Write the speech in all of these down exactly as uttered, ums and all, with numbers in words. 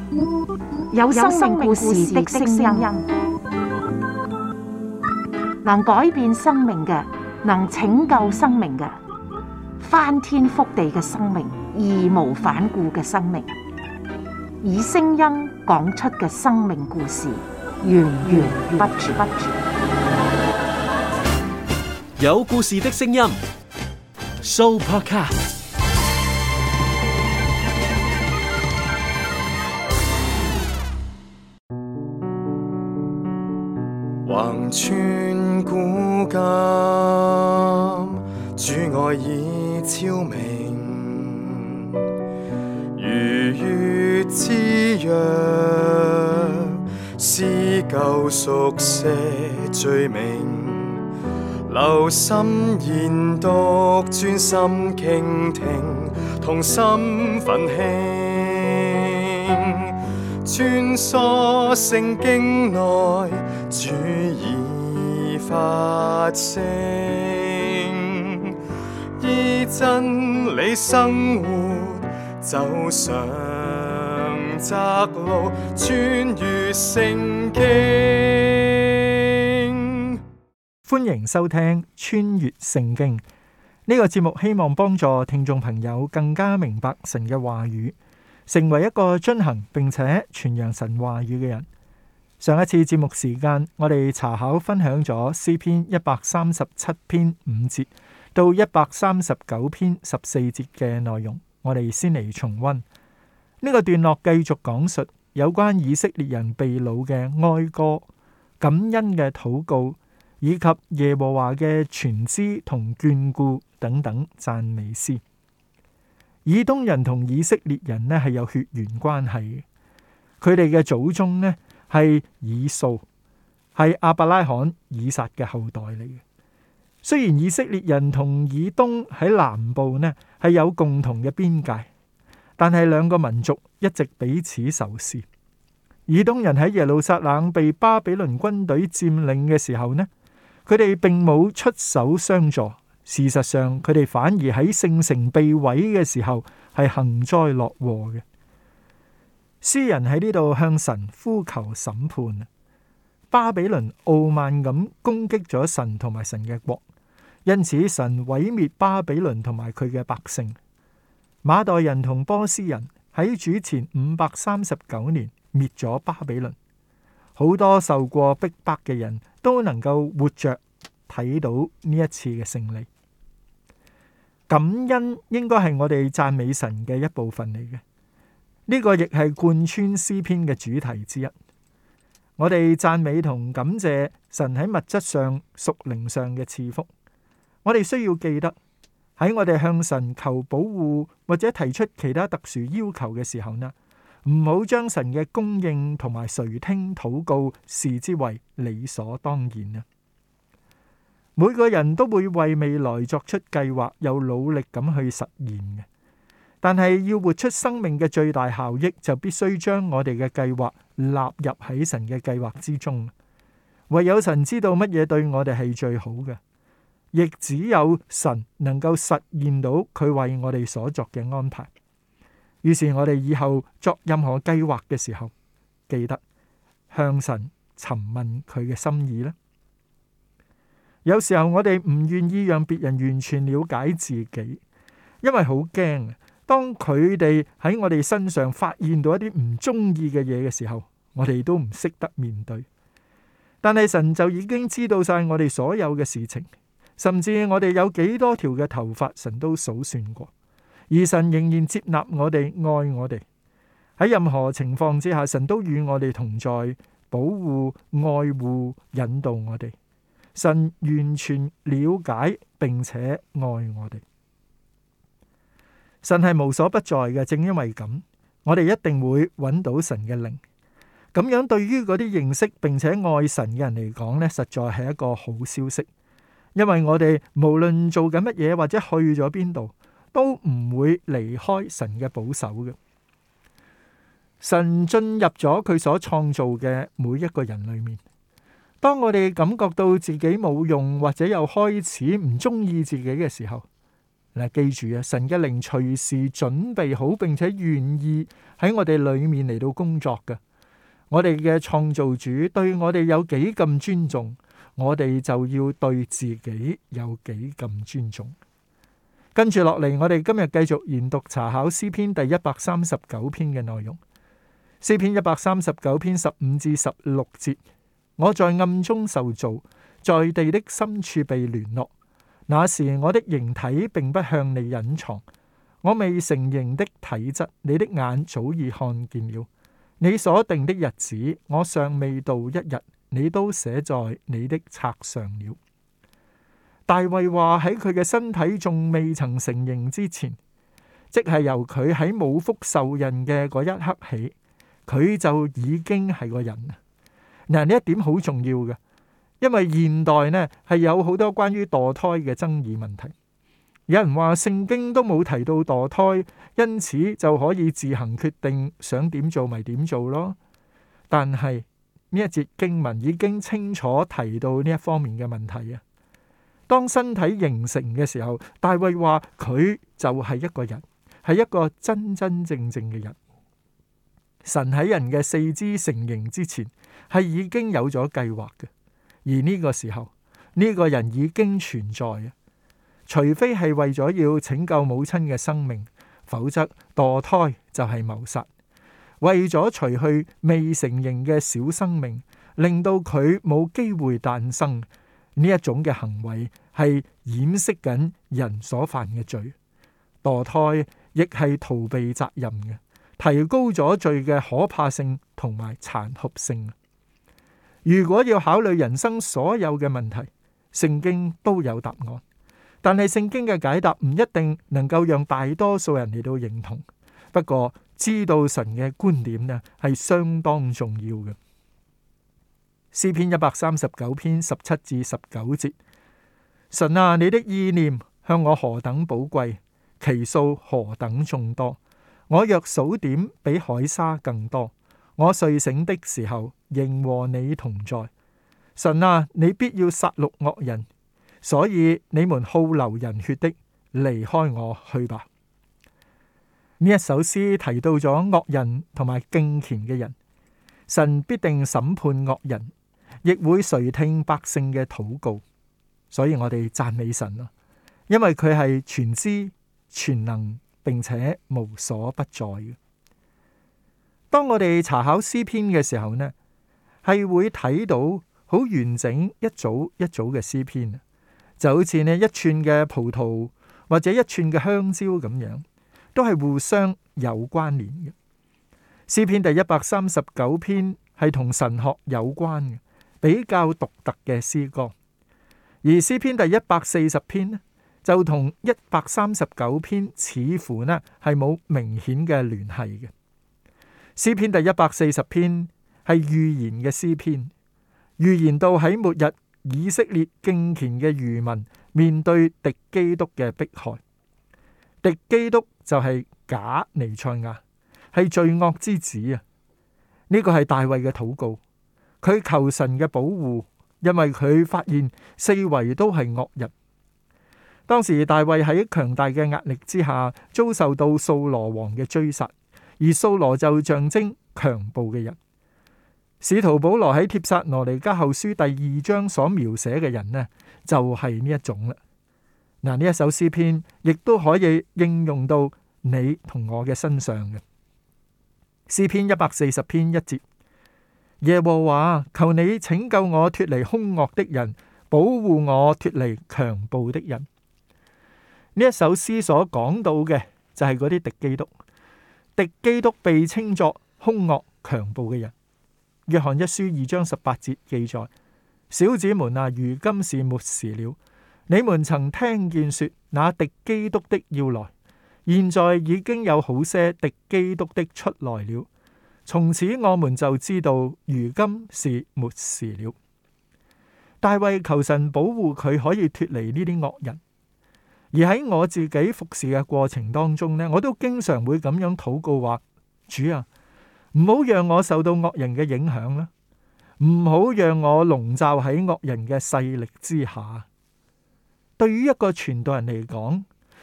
有生命故事的聲音，能改變生命嘅，能拯救生命嘅，翻天覆地嘅生命，義無反顧嘅生命，以聲音講出嘅生命故事，源源不絕。 有故事的聲音 ，Sooopodcast。 橫穿古今，主愛已超明，如月之約，撕舊熟寫罪名，留心研讀，專心傾聽，同心奮興，穿梭聖經內，主已發聲，依真理生活，走上窄路，穿越聖經。 歡迎收聽穿越聖經呢個節目，希望幫助聽眾朋友更加明白神嘅話語，成為一個遵行並且傳揚神話語嘅人。上一次節目時間，我哋查考分享咗詩篇一百三十七篇五節到一百三十九篇十四節嘅內容，我哋先嚟重溫呢個段落，繼續講述有關以色列人被擄嘅哀歌、感恩嘅禱告，以及耶和華嘅全知同眷顧等等讚美詩。以東人同以色列人呢係有血緣關係嘅，佢哋嘅祖宗呢係以掃，係亞伯拉罕、以撒嘅後代嚟嘅。雖然以色列人同以東喺南部呢係有共同嘅邊界，但係兩個民族一直彼此仇視。以東人喺耶路撒冷被巴比倫軍隊佔領嘅時候呢，佢哋並冇出手相助，事實上佢哋反而喺聖城被毀嘅時候係幸災樂禍嘅。詩人喺呢度向神呼求審判。巴比倫傲慢咁攻擊咗神同埋神嘅國，因此神毀滅巴比倫同埋佢嘅百姓。馬代人同波斯人喺主前五百三十九年滅咗巴比倫，好多受過逼迫嘅人都能夠活着睇到呢一次嘅勝利。感恩應該係我哋讚美神嘅一部分嚟嘅。呢個亦係貫穿詩篇嘅主題之一。我哋讚美同感謝神喺物質上、屬靈上嘅賜福。我哋需要記得，喺我哋向神求保護或者提出其他特殊要求嘅時候呢，唔好將神嘅供應同埋垂聽禱告視之為理所當然啊！每個人都會為未來作出計劃，又努力咁去實現嘅。但係要活出生命嘅最大效益，就必須將我哋嘅計劃納入喺神嘅計劃之中。唯有神知道乜嘢對我哋係最好嘅，亦只有神能夠實現到佢為我哋所作嘅安排。於是我哋以後作任何計劃嘅時候，記得向神詢問佢嘅心意啦。有時候我哋唔願意讓別人完全了解自己，因為好驚。當佢哋喺我哋身上發現到一啲唔中意嘅嘢嘅時候，我哋都唔識得面對。但係神就已經知道晒我哋所有嘅事情，甚至我哋有幾多條嘅頭髮，神都數算過。而神仍然接納我哋，愛我哋。喺任何情況之下，神都與我哋同在，保護、愛護、引導我哋。神完全了解並且愛我哋。神係無所不在嘅，正因為咁，我哋一定會揾到神嘅靈。咁樣對於嗰啲認識並且愛神嘅人嚟講呢，實在係一個好消息。因為我哋無論做緊乜嘢或者去咗邊度，都唔會離開神嘅保守嘅。神進入咗佢所創造嘅每一個人裏面。當我哋感覺到自己冇用或者又開始唔中意自己嘅時候， 嗱，記住啊，神嘅靈隨時準備好，並且願意喺我哋裏面嚟到工作嘅。我哋嘅創造主對我哋有幾咁尊重，我哋就要對自己有幾咁尊重。跟住落嚟，我哋今日繼續研讀查考詩篇第一百三十九篇嘅內容。詩篇一百三十九篇十五至十六節：我在暗中受造，在地的深處被聯絡。那時我的形體並不向你隱藏，我未成形的體質，你的眼早已看見了。你所定的日子，我尚未到一日，你都寫在你的冊上了。大衛話喺佢嘅身體仲未曾成形之前，即係由佢喺母腹受孕嘅嗰一刻起，佢就已經係個人。嗱，呢一點好重要嘅。因為現代呢係有好多關於墮胎嘅爭議問題，有人話聖經都冇提到墮胎，因此就可以自行決定想點做咪點做咯。但係呢一節經文已經清楚提到呢一方面嘅問題啊。當身體形成嘅時候，大衛話佢就係一個人，係一個真真正正嘅人。神喺人嘅四肢成形之前係已經有咗計劃嘅。而呢個時候，呢、這個人已經存在啊！除非係為咗要拯救母親嘅生命，否則墮胎就係謀殺。為咗除去未成形嘅小生命，令到佢冇機會誕生，呢一種嘅行為係掩飾緊人所犯嘅罪。墮胎亦係逃避責任嘅，提高咗罪嘅可怕性同埋殘酷性。如果要考慮人生所有嘅問題，聖經都有答案，但係聖經嘅解答唔一定能夠讓大多數人嚟到認同。不過知道神嘅觀點呢，係相當重要嘅。詩篇一百三十九篇十七至十九節：神啊，你的意念向我何等寶貴，其數何等眾多，我若數點，比海沙更多。我睡醒的時候，仍和你同在。神啊，你必要殺戮惡人，所以你們好流人血的，離開我去吧。呢一首詩提到咗惡人同埋敬虔嘅人，神必定審判惡人，亦會垂聽百姓嘅禱告。所以我哋讚美神啊，因為佢係全知全能，並且無所不在嘅。當我哋查考詩篇嘅時候呢，係會睇到好完整一組一組嘅詩篇，就好似呢一串嘅葡萄或者一串嘅香蕉咁樣，都係互相有關聯嘅。詩篇第一百三十九篇係同神學有關嘅，比較獨特嘅詩歌，而詩篇第一百四十篇呢，就同一百三十九篇似乎呢係冇明顯嘅聯繫嘅。詩篇第一百四十篇係預言嘅詩篇，預言到喺末日以色列敬虔嘅餘民面對敵基督嘅迫害。敵基督就係假彌賽亞，係罪惡之子啊！呢個係大衛嘅禱告，佢求神嘅保護，因為佢發現四圍都係惡人。當時大衛喺強大嘅壓力之下，遭受到掃羅王嘅追殺。而掃羅就象徵強暴嘅人。使徒保羅喺帖撒羅尼迦後書第二章所描寫嘅人呢，就係呢一種啦。嗱，呢一首詩篇亦都可以應用到你同我嘅身上嘅。詩篇一百四十篇一節：耶和華，求你拯救我脫離兇惡的人，保護我脫離強暴的人。呢一首詩所講到嘅就係嗰啲敵基督。敵基督被稱作兇惡強暴嘅人。約翰一書二章十八節記載：小子們啊，如今是末時了。你們曾聽見說，那敵基督的要來，現在已經有好些敵基督的出來了。從此我們就知道，如今是末時了。大衛求神保護佢可以脫離呢啲惡人。而喺我自己服侍嘅過程當中呢，我都經常會咁樣禱告話：主啊，唔好讓我受到惡人嘅影響啦，唔好讓我籠罩喺惡人嘅勢力之下。對於一個傳道人嚟講，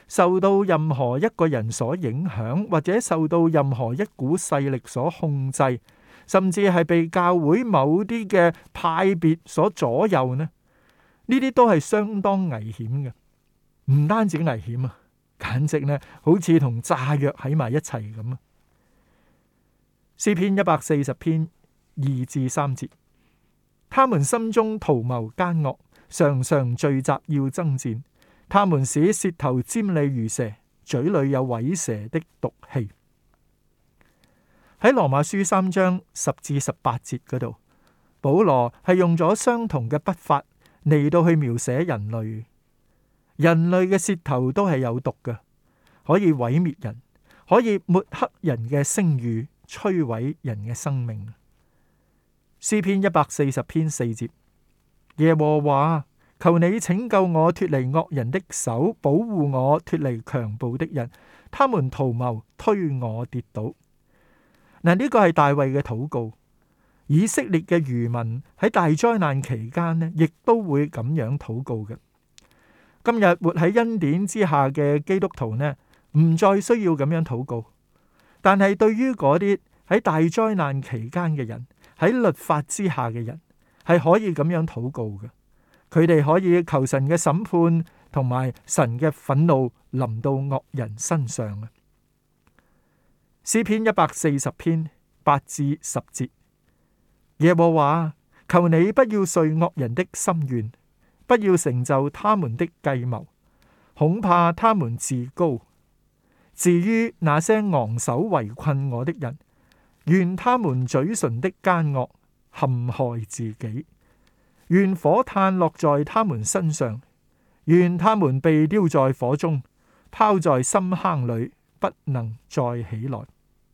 受到任何一個人所影響，或者受到任何一股勢力所控制，甚至係被教會某啲嘅派別所左右呢？呢啲都係相當危險嘅，唔單止危險啊，簡直呢好似同炸藥喺埋一齊咁啊！詩篇一百四十篇二至三節，他們心中圖謀奸惡，常常聚集要爭戰。他們使舌頭尖利如蛇，嘴裏有虺蛇的毒氣。喺羅馬書三章十至十八節嗰度，保羅係用咗相同嘅筆法嚟到去描寫人類。人類嘅舌頭都係有毒嘅，可以毀滅人，可以抹黑人嘅聲譽，摧毀人嘅生命。詩篇一百四十篇四節，耶和華，求你拯救我脫離惡人的手，保護我脫離強暴的人，他們圖謀推我跌倒。嗱，呢個係大衛嘅禱告。以色列嘅餘民喺大災難期間呢，亦都會咁樣禱告嘅。今日活喺恩典之下嘅基督徒呢，唔再需要咁樣禱告。但係對於嗰啲喺大災難期間嘅人，喺律法之下嘅人，係可以咁樣禱告嘅。佢哋可以求神嘅審判同埋神嘅憤怒臨到惡人身上啊！詩篇一百四十篇八至十節，耶和華，求你不要遂惡人的心願，不要成就他們的計謀，恐怕他們自高。至於那些昂首圍困我的人，願他們嘴唇的奸惡陷害自己。願火炭落在他們身上，願他們被丟在火中，拋在深坑裏，不能再起來。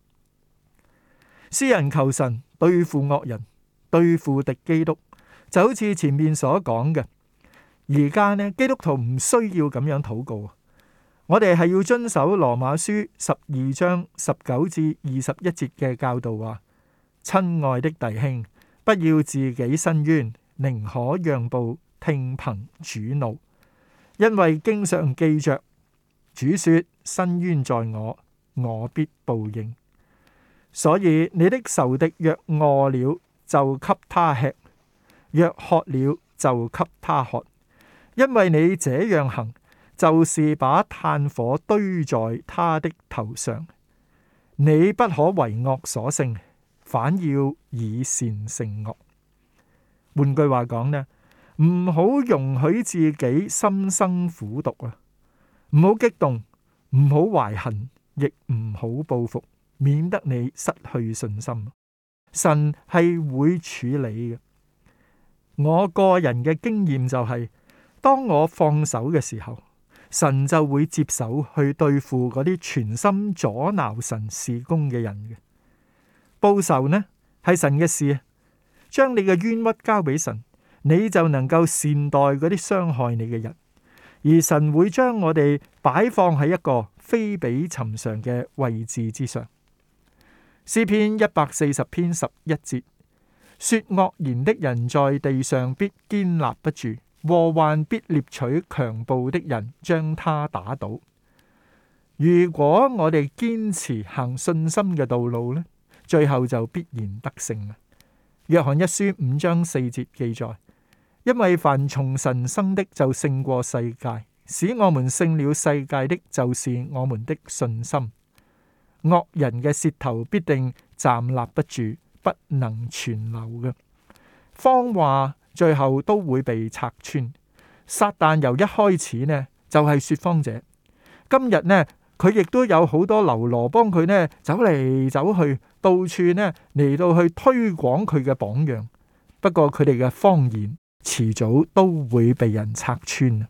詩人求神對付惡人，對付敵基督，就好似前面所講嘅。而家呢，基督徒唔需要咁樣禱告，我哋係要遵守羅馬書十二章十九至二十一節嘅教導，話：親愛的弟兄，不要自己申冤，寧可讓步，聽憑主怒，因為經上記着，主說：申冤在我，我必報應。所以你的仇敵若餓了，就給他吃；若渴了，就給他喝。因為你這樣行，就是把炭火堆在他的頭上。你不可為惡所勝，反要以善勝惡。換句話講呢，唔好容許自己心生苦毒啊！唔好激動，唔好懷恨，亦唔好報復，免得你失去信心。神係會處理嘅。我個人嘅經驗就係、是，當我放手嘅時候，神就會接手去對付嗰啲全心阻撓神事工嘅人嘅。報仇呢係神嘅事，將你嘅冤屈交俾神，你就能夠善待嗰啲傷害你嘅人，而神會將我哋擺放喺一個非比尋常嘅位置之上。詩篇一百四十篇十一節，說惡言的人在地上必堅立不住，禍患必獵取強暴的人，將他打倒。如果我哋堅持行信心嘅道路呢，最後就必然得勝。約翰一書五章四節記載，因為凡從神生的就勝過世界，使我們勝了世界的就是我們的信心。惡人嘅舌頭必定站立不住，不能存留嘅謊話，最後都會被拆穿。撒旦由一開始呢就係說謊者，今日呢佢亦都有好多流羅幫佢呢走嚟走去，到處呢嚟到去推廣佢嘅榜樣。不過佢哋嘅謊言遲早都會被人拆穿。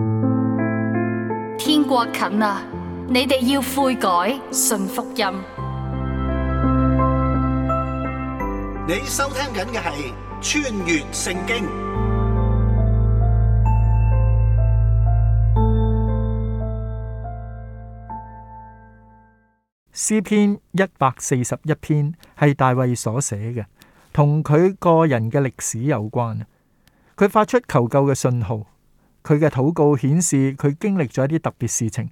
天國近啦，你哋要悔改，信福音。 你收聽緊嘅係穿越聖經。 詩篇一百四十一篇係大衛所寫嘅，同佢個人嘅歷史有關。佢發出求救嘅信號，佢嘅禱告顯示佢經歷咗一啲特別事情，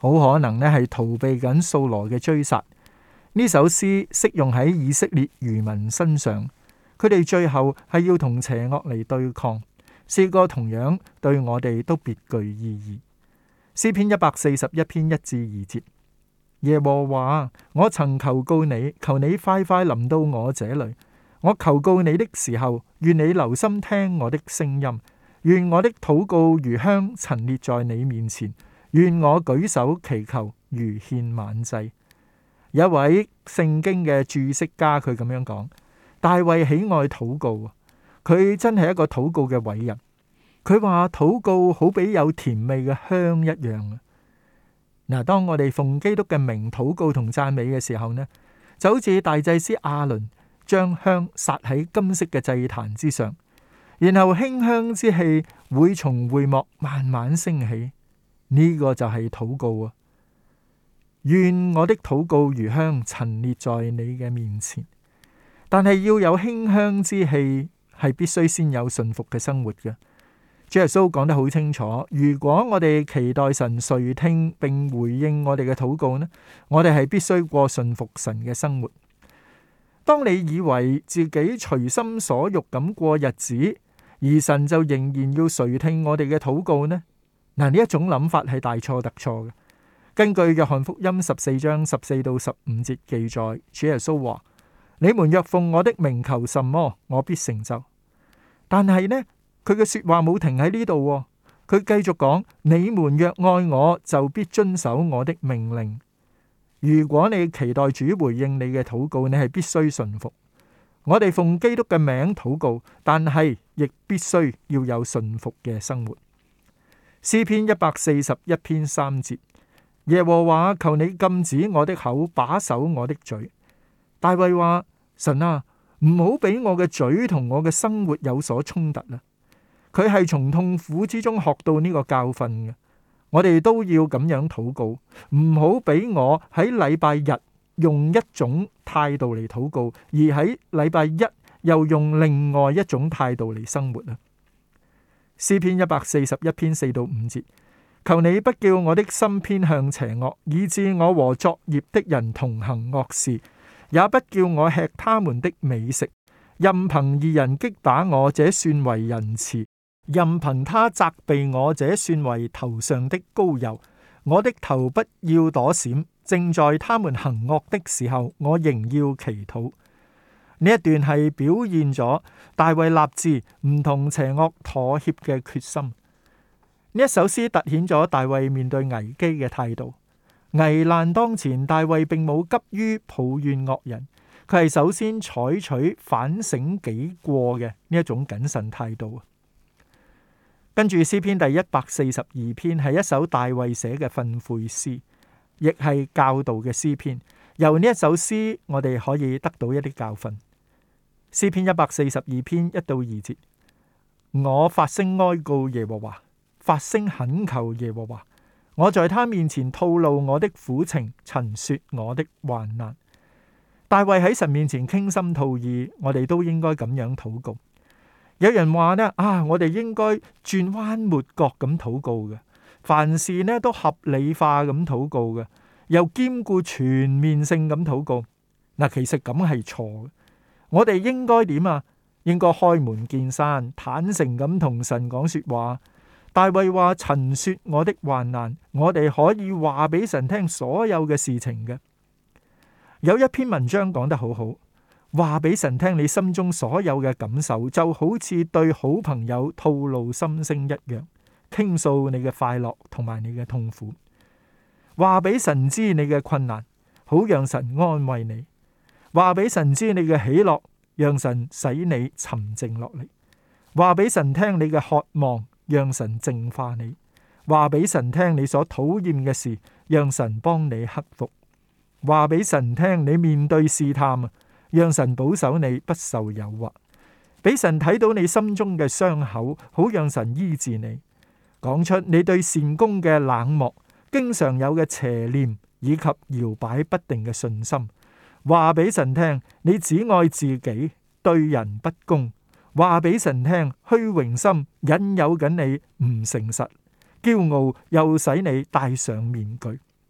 好可能咧係逃避緊掃羅嘅追殺。呢首詩適用喺以色列餘民身上，佢哋最後係要同邪惡嚟對抗。詩歌同樣對我哋都別具意義。詩篇一百四十一篇一至二節：耶和華，我曾求告你，求你快快臨到我這裏。我求告你的時候，願你留心聽我的聲音。願我的禱告如香陳列在你面前。願我舉手祈求如獻晚祭。有一位聖經嘅注釋家，佢咁樣講：大衛喜愛禱告，佢真係一個禱告嘅偉人。佢話禱告好比有甜味嘅香一樣。嗱，當我哋奉基督嘅名禱告同讚美嘅時候呢，就好似大祭司亞倫將香撒喺金色嘅祭壇之上，然後馨香之氣會從會幕慢慢升起。呢、這個就係禱告啊！願我的禱告如香陳列在你嘅面前。但係要有馨香之氣，係必須先有順服嘅生活嘅。主耶穌講得好清楚，如果我哋期待神垂聽並回應我哋嘅禱告呢，我哋係必須過順服神嘅生活。當你以為自己隨心所欲咁過日子，而神就仍然要垂聽我哋嘅禱告呢？嗱，呢一種諗法係大錯特錯嘅。根據約翰福音十四章十四到十五節記載，主耶穌話：你們若奉我的名求什麼，我必成就。但係呢，佢嘅說話冇停喺呢度，佢繼續講：你們若愛我，就必遵守我的命令。如果你期待主回應你嘅禱告，你係必須順服。我哋奉基督嘅名禱告，但係亦必須要有順服嘅生活。詩篇一百四十一篇三節：耶和華，求你禁止我的口，把守我的嘴。大衛話：神啊，唔好俾我嘅嘴同我嘅生活有所衝突啦。佢係從痛苦之中學到呢個教訓嘅。我哋都要咁樣禱告，唔好俾我喺禮拜日用一種態度嚟禱告，而喺禮拜一又用另外一種態度嚟生活啊。詩篇一百四十一篇四到五節：求你不叫我的心偏向邪惡，以致我和作孽的人同行惡事，也不叫我吃他們的美食。任憑義人擊打我，這算為仁慈；任憑他責備我，這算為頭上的膏油。我的頭不要躲閃，正在他們行惡的時候，我仍要祈禱。呢一段係表現咗大衛立志唔同邪惡妥協嘅決心。呢一首詩凸顯咗大衛面對危機嘅態度。危難當前，大衛並冇急於抱怨惡人，佢係首先採取反省己過嘅呢一種謹慎態度。跟住詩篇第一百四十二篇係一首大衛寫嘅訓誨詩，亦係教導嘅詩篇。由呢一首詩，我哋可以得到一啲教訓。詩篇一百四十二篇一到二節：我發聲哀告耶和華，發聲懇求耶和華。我在他面前吐露我的苦情，陳說我的患難。大衛喺神面前傾心吐意，我哋都應該咁樣禱告。有人話呢，啊，我哋應該轉彎抹角咁禱告嘅，凡事呢都合理化咁禱告嘅，又兼顧全面性咁禱告。嗱，其實咁係錯嘅。我哋應該點啊？應該開門見山，坦誠咁同神講說話。大衛話：陳說我的患難，我哋可以話俾神聽所有嘅事情嘅。有一篇文章講得好好，話俾神聽你心中所有嘅感受，就好似對好朋友吐露心聲一樣，傾訴你嘅快樂同埋你嘅痛苦。話俾神知你嘅困難，好讓神安慰你。話俾神知你嘅喜樂，讓神使你沉靜落嚟。話俾神聽你嘅渴望，讓神淨化你。話俾神聽你所討厭嘅事，讓神幫你克服。話俾神聽你面對試探，讓神保守你不受誘惑。俾神睇到你心中嘅傷口，好讓神醫治你。講出你對善功嘅冷漠，經常有嘅邪念，以及搖擺不定嘅信心。話俾神聽，你只愛自己，對人不公。話俾神聽，虛榮心引誘緊你唔誠實，驕傲又使你戴上面具。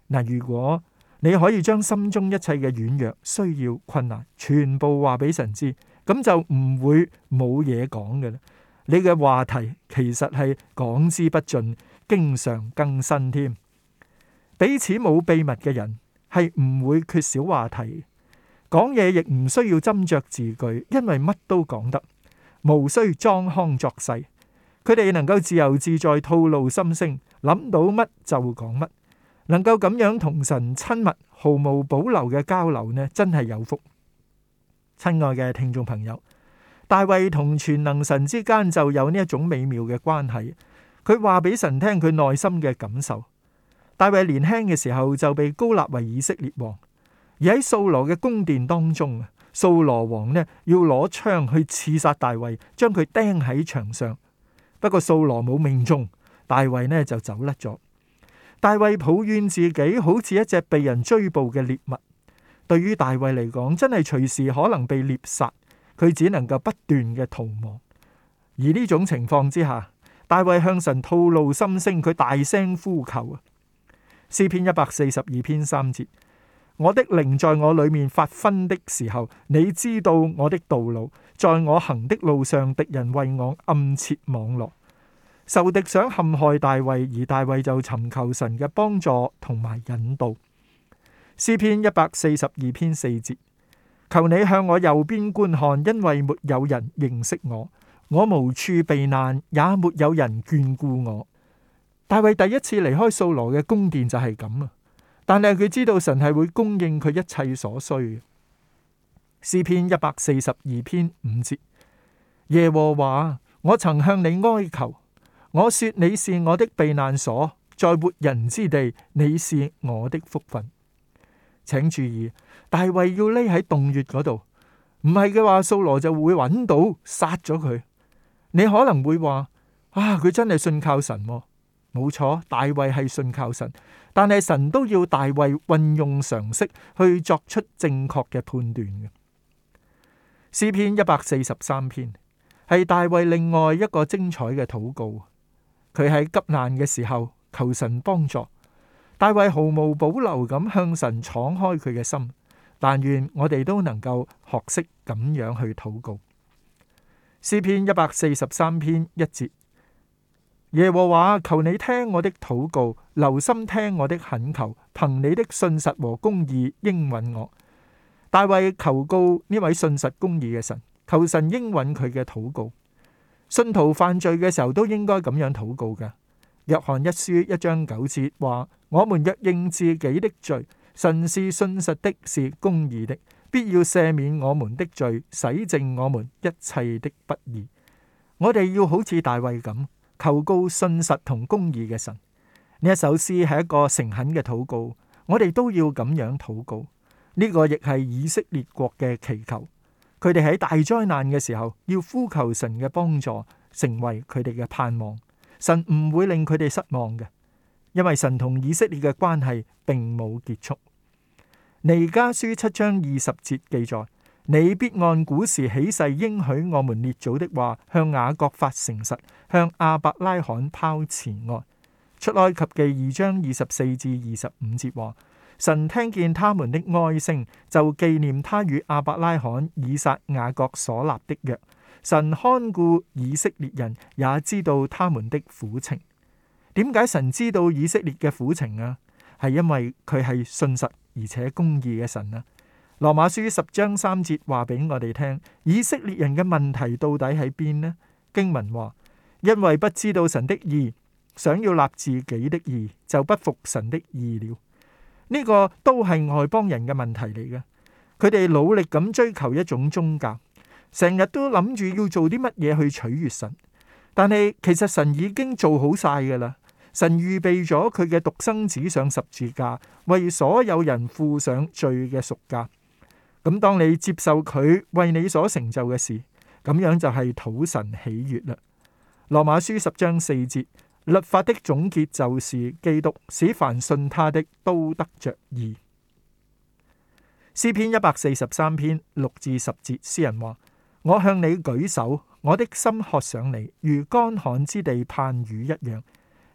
嗱，如果你可以將心中一切嘅軟弱、需要、困難全部話俾神知，咁就唔會冇嘢講嘅啦。你嘅話題其實係講之不盡，經常更新添。彼此冇秘密嘅人係唔會缺少話題，講嘢亦唔需要斟酌字句，因為乜都講得，無需裝腔作勢。佢哋能夠自由自在吐露心聲，諗到乜就講乜，能夠咁樣同神親密毫無保留嘅交流呢，真係有福。親愛嘅聽眾朋友，大衛同全能神之間就有呢一種美妙嘅關係。佢話俾神聽佢內心嘅感受。大衛年輕嘅時候就被膏立為以色列王，而喺掃羅嘅宮殿當中，掃羅王呢要攞槍去刺殺大衛，將佢釘喺牆上。不過掃羅冇命中，大衛呢就走甩咗。大衛抱怨自己好似一隻被人追捕嘅獵物，對於大衛嚟講，真係隨時可能被獵殺，佢只能夠不斷嘅逃亡。而呢種情況之下，大衛向神吐露心聲，佢大聲呼求啊！詩篇一百四十二篇三節：我的靈在我裏面發昏的時候，你知道我的道路，在我行的路上，敵人為我暗設網羅。仇敵想陷害大衛，而大衛就尋求神嘅幫助同埋引導。詩篇一百四十二篇四節：求你向我右邊觀看，因為沒有人認識我，我無處避難，也沒有人眷顧我。大衛第一次離開掃羅嘅宮殿就係咁啊，但係佢知道神係會供應佢一切所需嘅。詩篇一百四十二篇五節：耶和華，我曾向你哀求，我說你是我的避難所，在活人之地，你是我的福分。請注意，大衛要匿喺洞穴嗰度，唔係嘅話，掃羅就會揾到殺咗佢。你可能會話啊，佢真係信靠神喎。冇錯，大衛係信靠神，但係神都要大衛運用常識去作出正確嘅判斷嘅。詩篇一百四十三篇係大衛另外一個精彩嘅禱告，佢喺急難嘅時候求神幫助，大衛毫無保留咁向神敞開佢嘅心，但願我哋都能夠學識咁樣去禱告。詩篇一百四十三篇一節：耶和華，求你聽我的禱告，留心聽我的懇求，憑你的信實和公義應允我。大衛求告呢位信實公義嘅神，求神應允佢嘅禱告。信徒犯罪嘅時候都應該咁樣禱告嘅。約翰一書一章九節話：我們若認自己的罪，神是信實的，是公義的，必要赦免我們的罪，洗淨我們一切的不義。我哋要好似大衛咁，求告信實同公義嘅神。呢一首詩係一個誠懇嘅禱告，我哋都要咁樣禱告。呢、這個亦係以色列國嘅祈求，佢哋喺大災難嘅時候要呼求神嘅幫助，成為佢哋嘅盼望。神唔會令佢哋失望嘅，因為神同以色列嘅關係並冇結束。彌迦書七章二十節記載：你必按古時起誓應許我們列祖的話，向雅各發誠實，向亞伯拉罕拋慈愛。出埃及記二章二十四至二十五節話：神聽見他們的哀聲，就紀念他與亞伯拉罕、以撒、雅各所立的約。神看顧以色列人，也知道他們的苦情。點解神知道以色列嘅苦情啊？係因為佢係信實而且公義嘅神啊。羅馬書十章三節話俾我哋聽，以色列人嘅問題到底喺邊呢？經文話：因為不知道神的義，想要立自己的義，就不服神的義了。呢個都係外邦人嘅問題嚟嘅。佢哋努力咁追求一種宗教，成日都諗住要做啲乜嘢去取悅神，但係其實神已經做好晒噶啦。神預備咗佢嘅獨生子上十字架，為所有人付上罪嘅贖價。咁當你接受佢為你所成就嘅事，咁樣就係討神喜悅啦。羅馬書十章四節，律法的總結就是基督，使凡信他的都得着義。詩篇一百四十三篇六至十節，詩人話：我向你舉手，我的心渴想你，如乾旱之地盼雨一樣。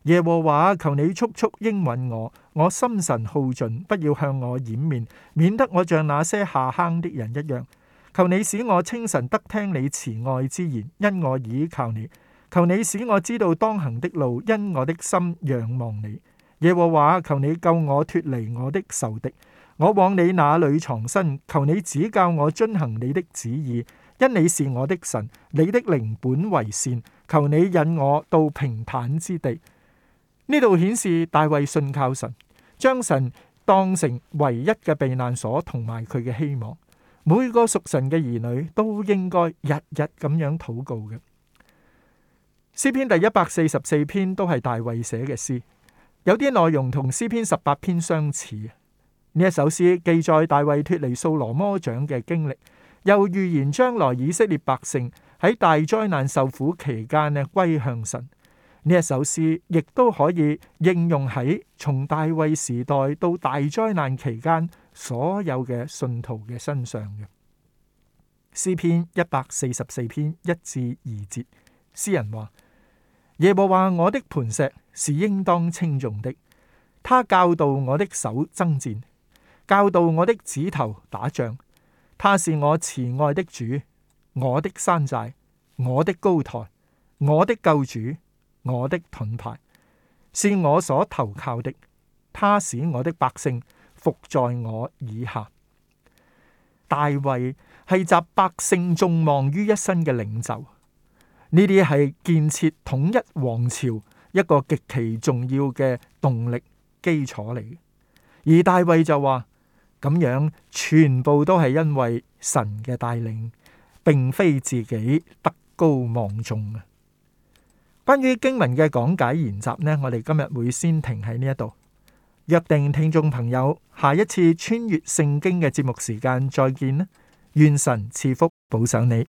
耶和華，求你速速應允我，我心神耗盡，不要向我掩面，免得我像那些下坑的人一樣。求你使我清晨得聽你慈愛之言，因我倚靠你。求你使我知道當行的路，因我的心仰望你。耶和華，求你救我脫離我的仇敵，我往你那裏藏身。求你指教我遵行你的旨意，因你是我的神，你的靈本為善。求你引我到平坦之地。呢度顯示大衛信靠神，將神當成唯一嘅避難所同埋佢嘅希望。每個屬神嘅兒女都應該日日咁樣禱告嘅。詩篇第一百四十四篇都係大衛寫嘅詩，有啲內容同詩篇十八篇相似。呢一首詩記載大衛脫離掃羅魔掌嘅經歷，又預言將來以色列百姓喺大災難受苦期間呢歸向神。呢一首詩亦都可以應用喺從大衛時代到大災難期間所有嘅信徒嘅身上嘅。詩篇一百四十四篇一至二節，詩人話：耶和華我的磐石是應當稱頌的，他教導我的手爭戰，教導我的指頭打仗。他是我慈愛的主，我的山寨，我的高台，我的救主，我的盾牌，是我所投靠的。他使我的百姓服在我以下。大衛係集百姓眾望於一身嘅領袖，呢啲係建設統一王朝一個極其重要嘅動力基礎嚟。而大衛就話，咁樣全部都係因為神嘅帶領，並非自己德高望重啊。關於經文嘅講解研習呢，我哋今日會先停喺呢一度，約定聽眾朋友下一次穿越聖經嘅節目時間再見啦。願神賜福保守你。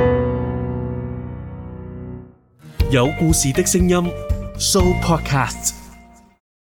有故事的聲音 Show Podcast。